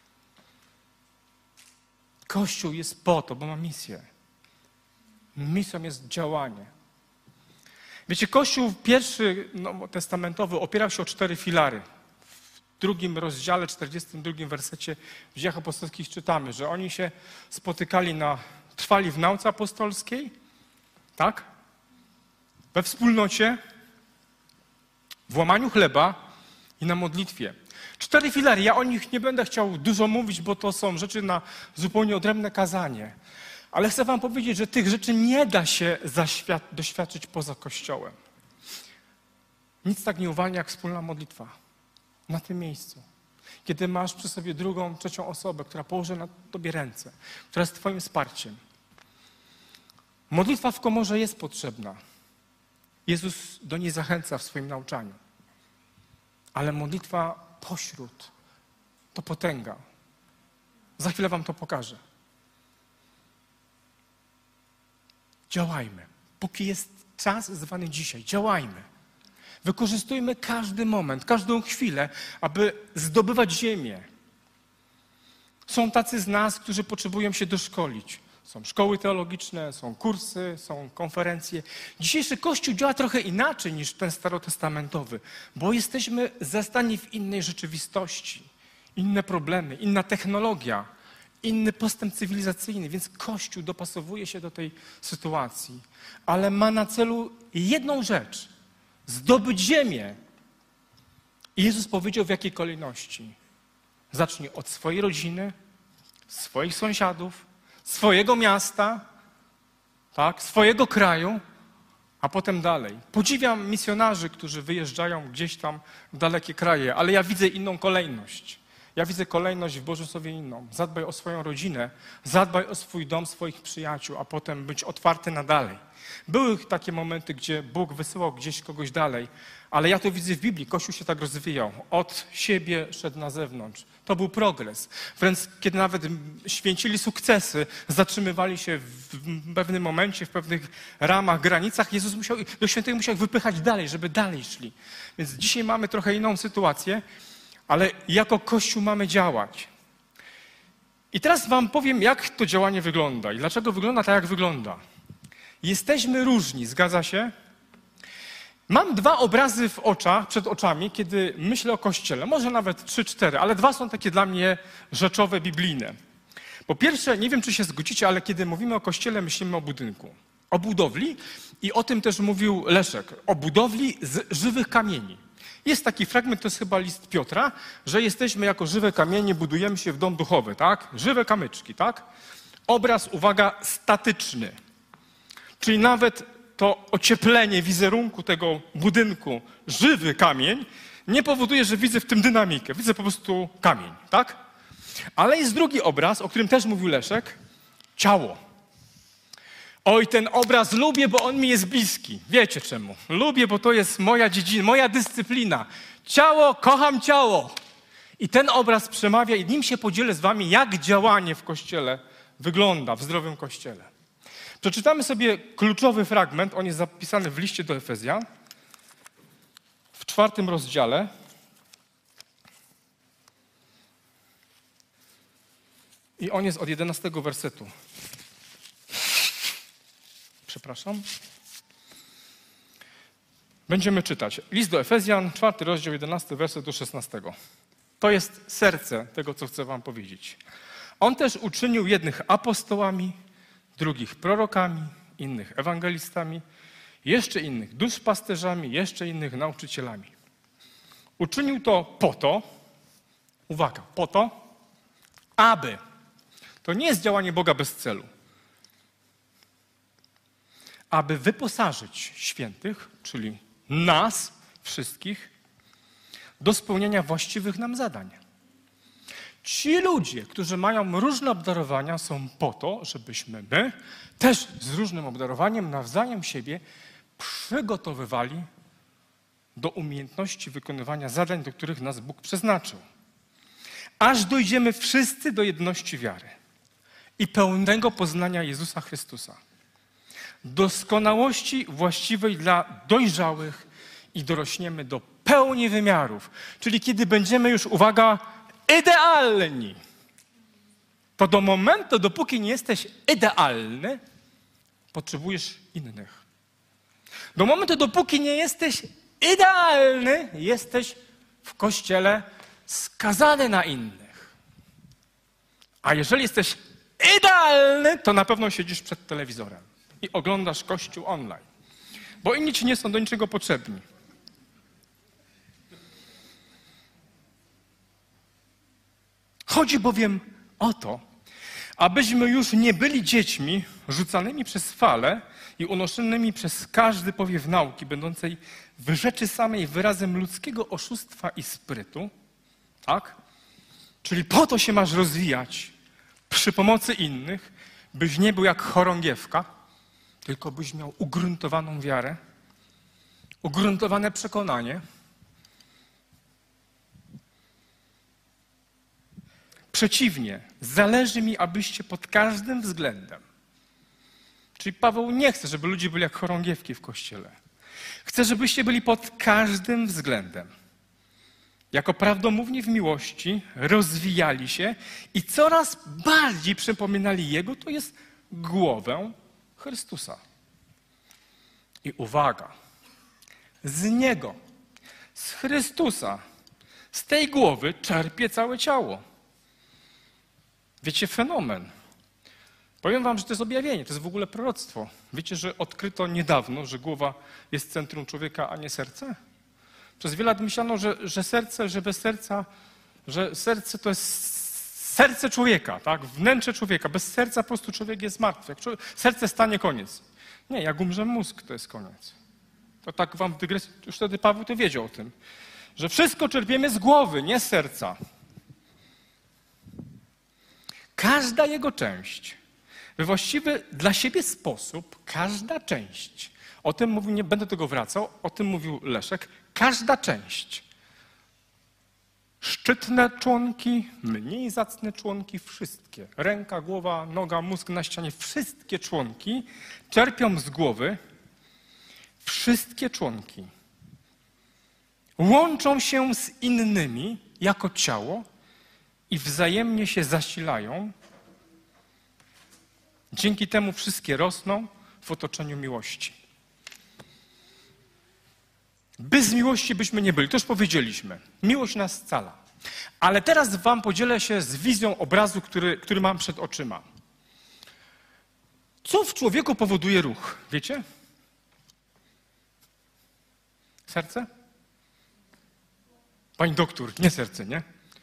Kościół jest po to, bo ma misję. Misją jest działanie. Wiecie, Kościół pierwszy testamentowy opierał się o 4 filary. W 2 rozdziale, 42 wersecie w Dziejach Apostolskich czytamy, że oni się spotykali trwali w nauce apostolskiej, tak? We wspólnocie, w łamaniu chleba i na modlitwie. 4 filary. Ja o nich nie będę chciał dużo mówić, bo to są rzeczy na zupełnie odrębne kazanie. Ale chcę wam powiedzieć, że tych rzeczy nie da się doświadczyć poza Kościołem. Nic tak nie uwalnia jak wspólna modlitwa. Na tym miejscu. Kiedy masz przy sobie drugą, trzecią osobę, która położy na tobie ręce, która jest twoim wsparciem. Modlitwa w komorze jest potrzebna. Jezus do niej zachęca w swoim nauczaniu. Ale modlitwa pośród to potęga. Za chwilę wam to pokażę. Działajmy. Póki jest czas zwany dzisiaj, działajmy. Wykorzystujmy każdy moment, każdą chwilę, aby zdobywać ziemię. Są tacy z nas, którzy potrzebują się doszkolić. Są szkoły teologiczne, są kursy, są konferencje. Dzisiejszy Kościół działa trochę inaczej niż ten starotestamentowy, bo jesteśmy zastani w innej rzeczywistości. Inne problemy, inna technologia, inny postęp cywilizacyjny, więc Kościół dopasowuje się do tej sytuacji, ale ma na celu jedną rzecz – zdobyć ziemię. I Jezus powiedział, w jakiej kolejności. Zacznij od swojej rodziny, swoich sąsiadów, swojego miasta, tak, swojego kraju, a potem dalej. Podziwiam misjonarzy, którzy wyjeżdżają gdzieś tam w dalekie kraje, ale ja widzę inną kolejność. Ja widzę kolejność w Bożym Słowie inną. Zadbaj o swoją rodzinę, zadbaj o swój dom, swoich przyjaciół, a potem być otwarty na dalej. Były takie momenty, gdzie Bóg wysyłał gdzieś kogoś dalej, ale ja to widzę w Biblii. Kościół się tak rozwijał. Od siebie szedł na zewnątrz. To był progres. Wręcz kiedy nawet święcili sukcesy, zatrzymywali się w pewnym momencie, w pewnych ramach, granicach, Duch Święty musiał ich wypychać dalej, żeby dalej szli. Więc dzisiaj mamy trochę inną sytuację, ale jako Kościół mamy działać. I teraz wam powiem, jak to działanie wygląda i dlaczego wygląda tak, jak wygląda. Jesteśmy różni, zgadza się? Mam 2 obrazy przed oczami, kiedy myślę o Kościele. Może nawet 3, 4, ale 2 są takie dla mnie rzeczowe, biblijne. Po pierwsze, nie wiem, czy się zgodzicie, ale kiedy mówimy o Kościele, myślimy o budynku, o budowli i o tym też mówił Leszek, o budowli z żywych kamieni. Jest taki fragment, to jest chyba list Piotra, że jesteśmy jako żywe kamienie, budujemy się w dom duchowy, tak? Żywe kamyczki, tak? Obraz, uwaga, statyczny. Czyli nawet to ocieplenie wizerunku tego budynku, żywy kamień, nie powoduje, że widzę w tym dynamikę. Widzę po prostu kamień, tak? Ale jest drugi obraz, o którym też mówił Leszek, ciało. Oj, ten obraz lubię, bo on mi jest bliski. Wiecie czemu? Lubię, bo to jest moja dziedzina, moja dyscyplina. Ciało, kocham ciało. I ten obraz przemawia i nim się podzielę z wami, jak działanie w Kościele wygląda, w zdrowym Kościele. Przeczytamy sobie kluczowy fragment, on jest zapisany w liście do Efezjan, w 4 rozdziale. I on jest od 11 wersetu. Przepraszam. Będziemy czytać. List do Efezjan, 4 rozdział, 11 werset do 16. To jest serce tego, co chcę wam powiedzieć. On też uczynił jednych apostołami, drugich prorokami, innych ewangelistami, jeszcze innych duszpasterzami, jeszcze innych nauczycielami. Uczynił to po to, uwaga, po to, aby. To nie jest działanie Boga bez celu. Aby wyposażyć świętych, czyli nas wszystkich, do spełnienia właściwych nam zadań. Ci ludzie, którzy mają różne obdarowania, są po to, żebyśmy my też z różnym obdarowaniem nawzajem siebie przygotowywali do umiejętności wykonywania zadań, do których nas Bóg przeznaczył. Aż dojdziemy wszyscy do jedności wiary i pełnego poznania Jezusa Chrystusa. Doskonałości właściwej dla dojrzałych i dorośniemy do pełni wymiarów. Czyli kiedy będziemy już, uwaga, idealni. To do momentu, dopóki nie jesteś idealny, potrzebujesz innych. Do momentu, dopóki nie jesteś idealny, jesteś w Kościele skazany na innych. A jeżeli jesteś idealny, to na pewno siedzisz przed telewizorem i oglądasz Kościół online, bo inni ci nie są do niczego potrzebni. Chodzi bowiem o to, abyśmy już nie byli dziećmi rzucanymi przez fale i unoszonymi przez każdy powiew nauki, będącej w rzeczy samej wyrazem ludzkiego oszustwa i sprytu, tak? Czyli po to się masz rozwijać przy pomocy innych, byś nie był jak chorągiewka, tylko byś miał ugruntowaną wiarę, ugruntowane przekonanie. Przeciwnie, zależy mi, abyście pod każdym względem, czyli Paweł nie chce, żeby ludzie byli jak chorągiewki w Kościele. Chce, żebyście byli pod każdym względem, jako prawdomówni w miłości, rozwijali się i coraz bardziej przypominali Jego, to jest głowę Chrystusa. I uwaga, z Niego, z Chrystusa, z tej głowy czerpie całe ciało. Wiecie, fenomen. Powiem wam, że to jest objawienie, to jest w ogóle proroctwo. Wiecie, że odkryto niedawno, że głowa jest centrum człowieka, a nie serce? Przez wiele lat myślano, że serce, że bez serca, że serce to jest serce człowieka, tak? Wnętrze człowieka. Bez serca po prostu człowiek jest martwy. Jak serce stanie, koniec. Nie, jak umrze mózg, to jest koniec. To tak wam w dygresji, już wtedy Paweł to wiedział o tym, że wszystko czerpiemy z głowy, nie z serca. Każda jego część, we właściwy dla siebie sposób, każda część, o tym mówił, nie będę tego wracał, o tym mówił Leszek, każda część, szczytne członki, mniej zacne członki, wszystkie, ręka, głowa, noga, mózg na ścianie, wszystkie członki czerpią z głowy, wszystkie członki łączą się z innymi jako ciało i wzajemnie się zasilają Dzięki temu wszystkie rosną w otoczeniu miłości. Bez miłości byśmy nie byli, to już powiedzieliśmy. Miłość nas scala. Ale teraz wam podzielę się z wizją obrazu, który mam przed oczyma. Co w człowieku powoduje ruch? Wiecie? Serce? Pani doktor, nie serce, nie?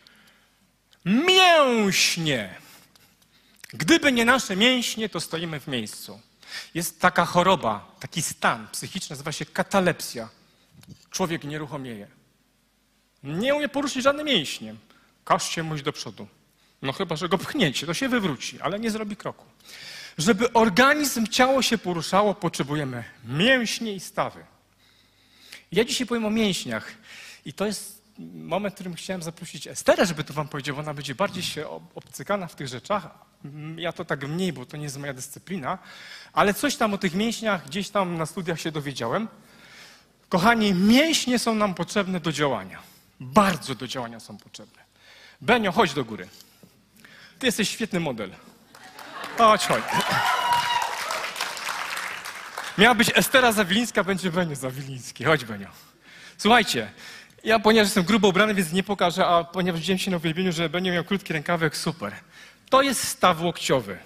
Mięśnie. Gdyby nie nasze mięśnie, to stoimy w miejscu. Jest taka choroba, taki stan psychiczny, nazywa się katalepsja. Człowiek nieruchomieje. Nie umie poruszyć żadnym mięśniem. Każcie mu iść do przodu. No chyba, że go pchniecie, to się wywróci, ale nie zrobi kroku. Żeby organizm, ciało się poruszało, potrzebujemy mięśnie i stawy. Ja dzisiaj powiem o mięśniach. I to jest moment, w którym chciałem zaprosić Esterę, żeby to wam powiedziała. Ona będzie bardziej się obcykana w tych rzeczach. Ja to tak mniej, bo to nie jest moja dyscyplina. Ale coś tam o tych mięśniach gdzieś tam na studiach się dowiedziałem. Kochani, mięśnie są nam potrzebne do działania. Bardzo do działania są potrzebne. Benio, chodź do góry. Ty jesteś świetny model. Chodź. Miała być Estera Zawilińska, będzie Benio Zawiliński. Chodź, Benio. Słuchajcie, ja ponieważ jestem grubo ubrany, więc nie pokażę, a ponieważ widziałem się na uwielbieniu, że Benio miał krótki rękawek, super. To jest staw łokciowy.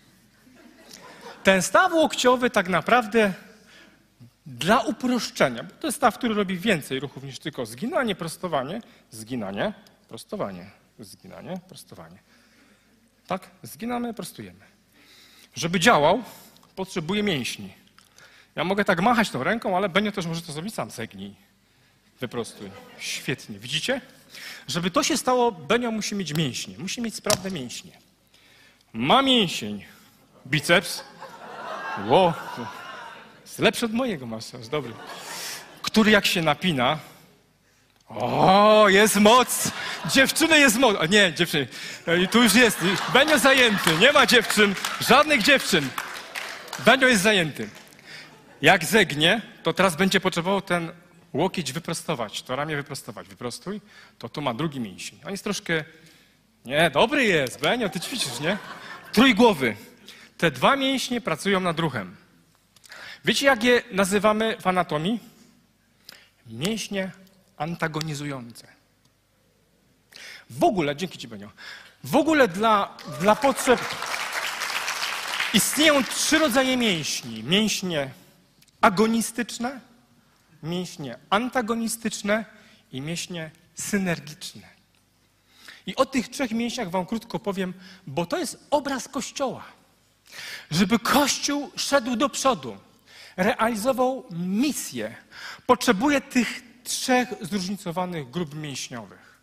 Ten staw łokciowy tak naprawdę dla uproszczenia, bo to jest staw, który robi więcej ruchów niż tylko zginanie, prostowanie, zginanie, prostowanie, zginanie, prostowanie. Tak? Zginamy, prostujemy. Żeby działał, potrzebuje mięśni. Ja mogę tak machać tą ręką, ale Benio też może to zrobić sam. Zegnij, wyprostuj. Świetnie. Widzicie? Żeby to się stało, Benio musi mieć mięśnie. Musi mieć sprawne mięśnie. Ma mięsień. Biceps. Ło. Jest lepszy od mojego masaż. Dobry. Który jak się napina... O, jest moc! Dziewczyny jest moc! Nie, dziewczyny. Tu już jest. Benio zajęty. Nie ma dziewczyn. Żadnych dziewczyn. Benio jest zajęty. Jak zegnie, to teraz będzie potrzebował ten łokieć wyprostować, to ramię wyprostować. Wyprostuj, to tu ma drugi mięsień. On jest troszkę... Nie, dobry jest, Benio, ty ćwiczysz, nie? Trójgłowy. Te dwa mięśnie pracują nad ruchem. Wiecie, jak je nazywamy w anatomii? Mięśnie antagonizujące. W ogóle, dzięki ci, Benio, w ogóle dla potrzeb istnieją 3 rodzaje mięśni. Mięśnie agonistyczne, mięśnie antagonistyczne i mięśnie synergiczne. I o tych 3 mięśniach wam krótko powiem, bo to jest obraz Kościoła. Żeby Kościół szedł do przodu, realizował misję, potrzebuje tych 3 zróżnicowanych grup mięśniowych.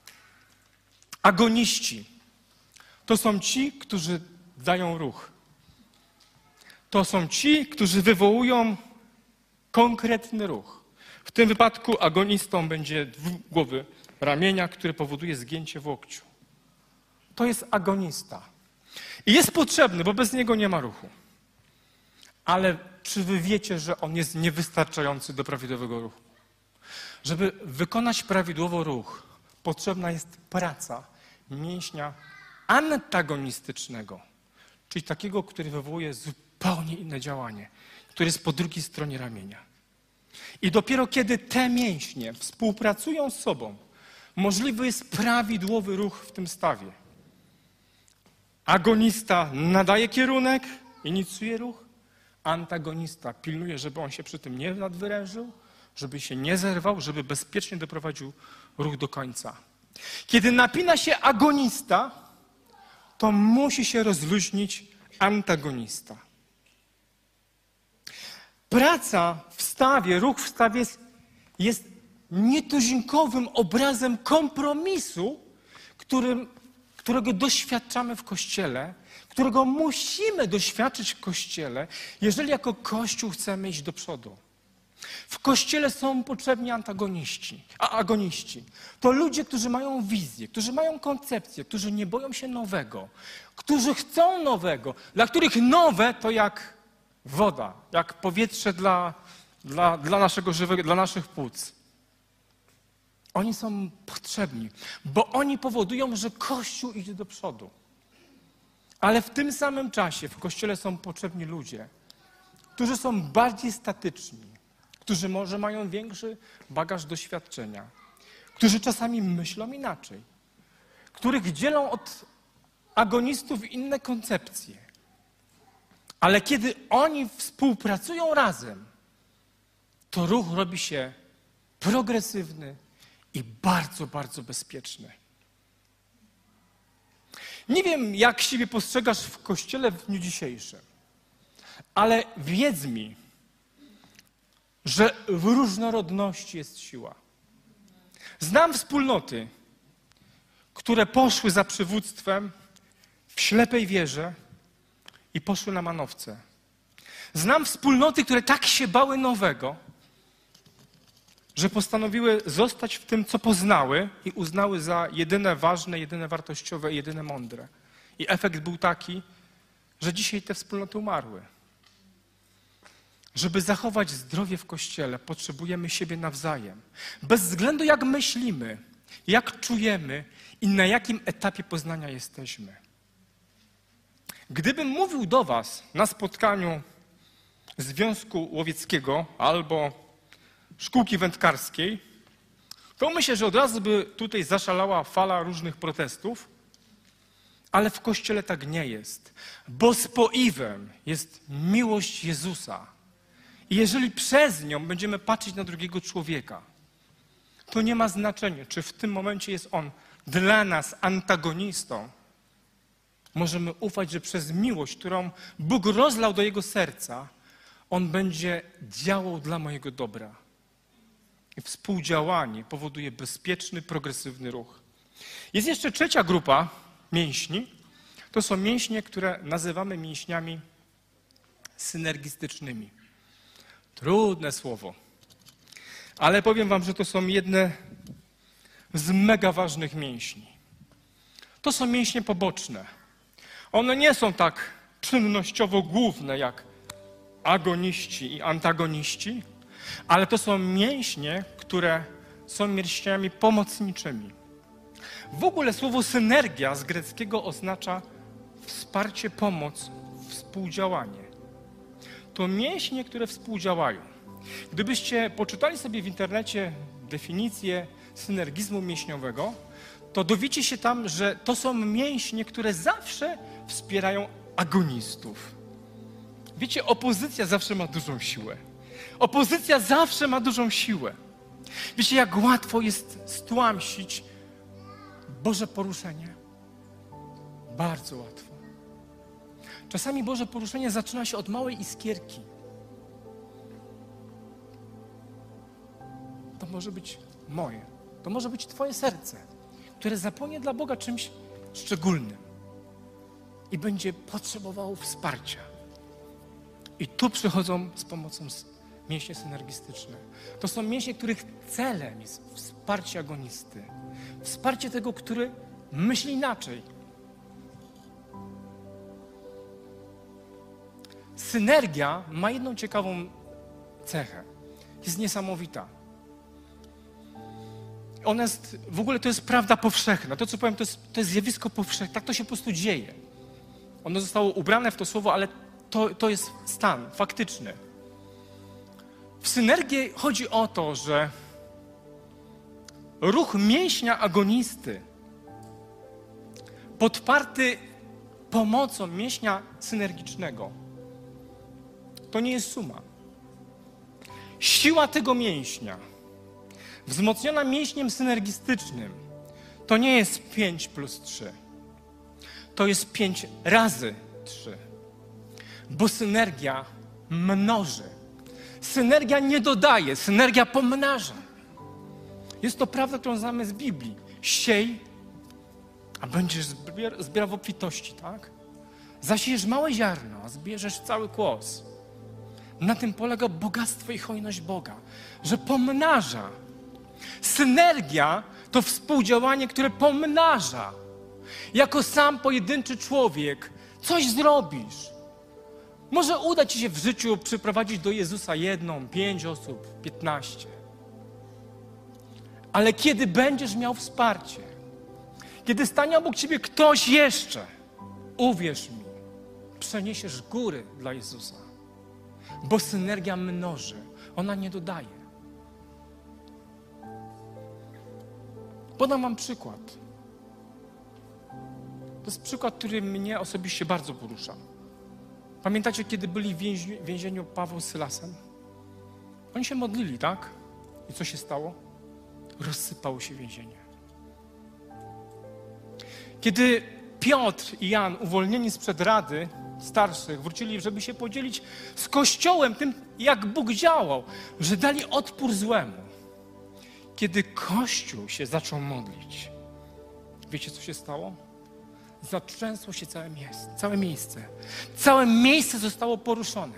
Agoniści to są ci, którzy dają ruch. To są ci, którzy wywołują konkretny ruch. W tym wypadku agonistą będzie dwugłowy ramienia, który powoduje zgięcie w łokciu. To jest agonista. I jest potrzebny, bo bez niego nie ma ruchu. Ale czy wy wiecie, że on jest niewystarczający do prawidłowego ruchu? Żeby wykonać prawidłowo ruch, potrzebna jest praca mięśnia antagonistycznego, czyli takiego, który wywołuje zupełnie inne działanie, który jest po drugiej stronie ramienia. I dopiero kiedy te mięśnie współpracują z sobą, możliwy jest prawidłowy ruch w tym stawie. Agonista nadaje kierunek, inicjuje ruch, antagonista pilnuje, żeby on się przy tym nie nadwyrężył, żeby się nie zerwał, żeby bezpiecznie doprowadził ruch do końca. Kiedy napina się agonista, to musi się rozluźnić antagonista. Praca w stawie, ruch w stawie jest nietuzinkowym obrazem kompromisu, którego doświadczamy w Kościele, którego musimy doświadczyć w Kościele, jeżeli jako Kościół chcemy iść do przodu. W Kościele są potrzebni agoniści. To ludzie, którzy mają wizję, którzy mają koncepcję, którzy nie boją się nowego, którzy chcą nowego, dla których nowe to jak woda, jak powietrze dla naszego żywego, dla naszych płuc. Oni są potrzebni, bo oni powodują, że Kościół idzie do przodu. Ale w tym samym czasie w Kościele są potrzebni ludzie, którzy są bardziej statyczni, którzy może mają większy bagaż doświadczenia, którzy czasami myślą inaczej, których dzielą od agonistów inne koncepcje. Ale kiedy oni współpracują razem, to ruch robi się progresywny i bardzo, bardzo bezpieczny. Nie wiem, jak siebie postrzegasz w Kościele w dniu dzisiejszym, ale wiedz mi, że w różnorodności jest siła. Znam wspólnoty, które poszły za przywództwem w ślepej wierze i poszły na manowce. Znam wspólnoty, które tak się bały nowego, że postanowiły zostać w tym, co poznały i uznały za jedyne ważne, jedyne wartościowe i jedyne mądre. I efekt był taki, że dzisiaj te wspólnoty umarły. Żeby zachować zdrowie w Kościele, potrzebujemy siebie nawzajem. Bez względu jak myślimy, jak czujemy i na jakim etapie poznania jesteśmy. Gdybym mówił do was na spotkaniu Związku Łowieckiego albo Szkółki Wędkarskiej, to myślę, że od razu by tutaj zaszalała fala różnych protestów, ale w Kościele tak nie jest, bo spoiwem jest miłość Jezusa. I jeżeli przez nią będziemy patrzeć na drugiego człowieka, to nie ma znaczenia, czy w tym momencie jest on dla nas antagonistą. Możemy ufać, że przez miłość, którą Bóg rozlał do jego serca, on będzie działał dla mojego dobra. I współdziałanie powoduje bezpieczny, progresywny ruch. Jest jeszcze trzecia grupa mięśni. To są mięśnie, które nazywamy mięśniami synergistycznymi. Trudne słowo. Ale powiem wam, że to są jedne z mega ważnych mięśni. To są mięśnie poboczne. One nie są tak czynnościowo główne jak agoniści i antagoniści, ale to są mięśnie, które są mięśniami pomocniczymi. W ogóle słowo synergia z greckiego oznacza wsparcie, pomoc, współdziałanie. To mięśnie, które współdziałają. Gdybyście poczytali sobie w internecie definicję synergizmu mięśniowego, to dowiecie się tam, że to są mięśnie, które zawsze wspierają agonistów. Wiecie, opozycja zawsze ma dużą siłę. Opozycja zawsze ma dużą siłę. Wiecie, jak łatwo jest stłamsić Boże poruszenie? Bardzo łatwo. Czasami Boże poruszenie zaczyna się od małej iskierki. To może być moje. To może być twoje serce, które zapłonie dla Boga czymś szczególnym i będzie potrzebowało wsparcia. I tu przychodzą z pomocą mięśnie synergistyczne. To są mięśnie, których celem jest wsparcie agonisty. Wsparcie tego, który myśli inaczej. Synergia ma jedną ciekawą cechę. Jest niesamowita. Ona jest, w ogóle to jest prawda powszechna. To, co powiem, to jest zjawisko powszechne. Tak to się po prostu dzieje. Ono zostało ubrane w to słowo, ale to jest stan faktyczny. W synergii chodzi o to, że ruch mięśnia agonisty podparty pomocą mięśnia synergicznego to nie jest suma. Siła tego mięśnia wzmocniona mięśniem synergistycznym to nie jest 5 plus 3. To jest 5 razy 3. Bo synergia mnoży. Synergia nie dodaje, synergia pomnaża. Jest to prawda, którą znamy z Biblii. Siej, a będziesz zbierał w obfitości, tak? Zasiejesz małe ziarno, a zbierzesz cały kłos. Na tym polega bogactwo i hojność Boga, że pomnaża. Synergia to współdziałanie, które pomnaża. Jako sam pojedynczy człowiek coś zrobisz. Może uda ci się w życiu przyprowadzić do Jezusa 1, 5 osób, 15. Ale kiedy będziesz miał wsparcie, kiedy stanie obok ciebie ktoś jeszcze, uwierz mi, przeniesiesz góry dla Jezusa. Bo synergia mnoży, ona nie dodaje. Podam wam przykład. To jest przykład, który mnie osobiście bardzo porusza. Pamiętacie, kiedy byli w więzieniu Paweł z Sylasem? Oni się modlili, tak? I co się stało? Rozsypało się więzienie. Kiedy Piotr i Jan, uwolnieni sprzed Rady Starszych, wrócili, żeby się podzielić z Kościołem tym, jak Bóg działał, że dali odpór złemu. Kiedy Kościół się zaczął modlić, wiecie, co się stało? Zatrzęsło się całe miejsce. Całe miejsce zostało poruszone.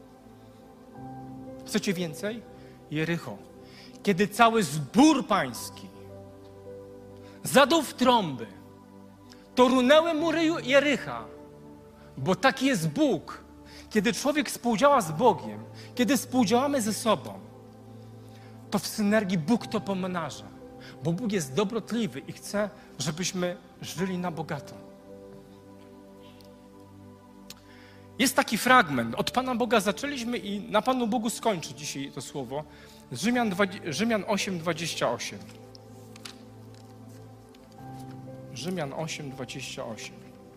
Chcecie więcej? Jericho. Kiedy cały zbór pański zadał w trąby, to runęły mury Jericha, bo taki jest Bóg. Kiedy człowiek współdziała z Bogiem, kiedy współdziałamy ze sobą, to w synergii Bóg to pomnaża, bo Bóg jest dobrotliwy i chce, żebyśmy żyli na bogato. Jest taki fragment, od Pana Boga zaczęliśmy i na Panu Bogu skończy dzisiaj to słowo, z Rzymian 8:28. Rzymian 8:28.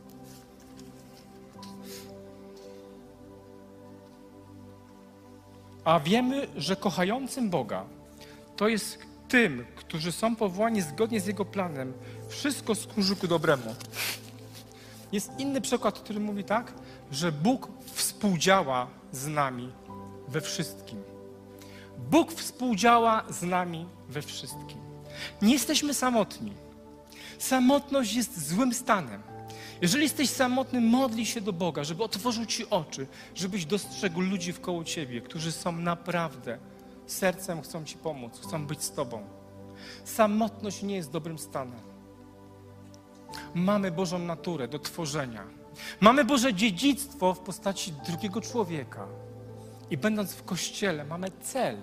A wiemy, że kochającym Boga, to jest tym, którzy są powołani zgodnie z Jego planem, wszystko służy ku dobremu. Jest inny przykład, który mówi tak, że Bóg współdziała z nami we wszystkim. Bóg współdziała z nami we wszystkim. Nie jesteśmy samotni. Samotność jest złym stanem. Jeżeli jesteś samotny, modlij się do Boga, żeby otworzył ci oczy, żebyś dostrzegł ludzi wkoło ciebie, którzy są naprawdę sercem, chcą ci pomóc, chcą być z tobą. Samotność nie jest dobrym stanem. Mamy Bożą naturę do tworzenia. Mamy Boże dziedzictwo w postaci drugiego człowieka. I będąc w Kościele, mamy cel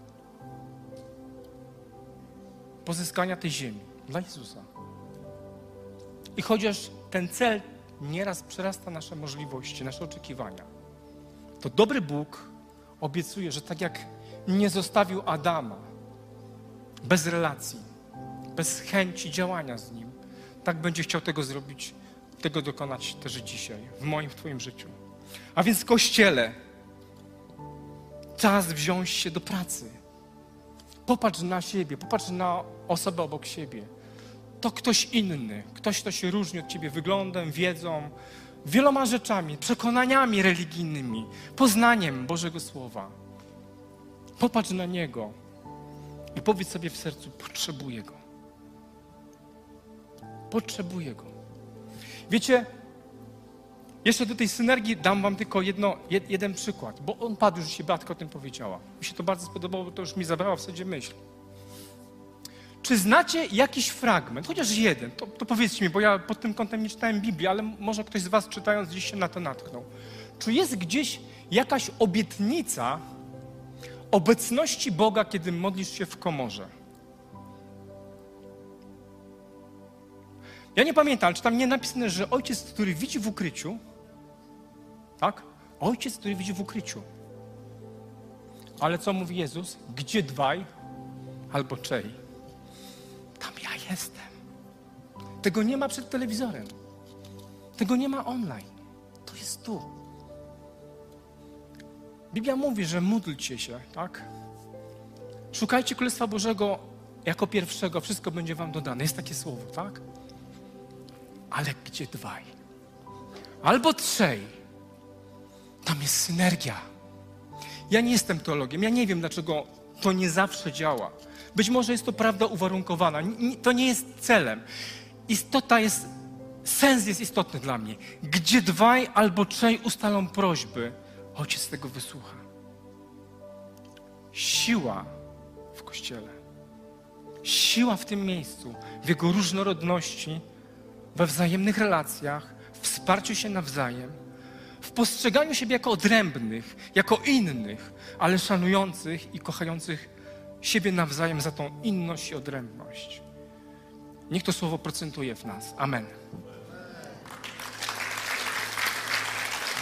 pozyskania tej ziemi dla Jezusa. I chociaż ten cel nieraz przerasta nasze możliwości, nasze oczekiwania, to dobry Bóg obiecuje, że tak jak nie zostawił Adama bez relacji, bez chęci działania z nim, tak będzie chciał tego zrobić, tego dokonać też dzisiaj, w moim, w twoim życiu. A więc w Kościele czas wziąć się do pracy. Popatrz na siebie, popatrz na osobę obok siebie. To ktoś inny, ktoś, kto się różni od ciebie wyglądem, wiedzą, wieloma rzeczami, przekonaniami religijnymi, poznaniem Bożego Słowa. Popatrz na niego i powiedz sobie w sercu, potrzebuję go. Potrzebuję go. Wiecie, jeszcze do tej synergii dam wam tylko jeden przykład, bo on padł, już się Beatka o tym powiedziała. Mi się to bardzo spodobało, bo to już mi zabrała w zasadzie myśl. Czy znacie jakiś fragment, chociaż jeden, to powiedzcie mi, bo ja pod tym kątem nie czytałem Biblii, ale może ktoś z was czytając gdzieś się na to natknął. Czy jest gdzieś jakaś obietnica obecności Boga, kiedy modlisz się w komorze? Ja nie pamiętam, czy tam nie napisane, że ojciec, który widzi w ukryciu, tak? Ojciec, który widzi w ukryciu. Ale co mówi Jezus? Gdzie dwaj albo trzej? Tam ja jestem. Tego nie ma przed telewizorem. Tego nie ma online. To jest tu. Biblia mówi, że módlcie się, tak? Szukajcie Królestwa Bożego jako pierwszego, wszystko będzie wam dodane. Jest takie słowo, tak? Ale gdzie dwaj? Albo trzej. Tam jest synergia. Ja nie jestem teologiem, ja nie wiem, dlaczego to nie zawsze działa. Być może jest to prawda uwarunkowana. To nie jest celem. Sens jest istotny dla mnie. Gdzie dwaj albo trzej ustalą prośby, Ojciec tego wysłucha. Siła w Kościele. Siła w tym miejscu, w jego różnorodności, we wzajemnych relacjach, w wsparciu się nawzajem, w postrzeganiu siebie jako odrębnych, jako innych, ale szanujących i kochających siebie nawzajem za tą inność i odrębność. Niech to słowo procentuje w nas. Amen.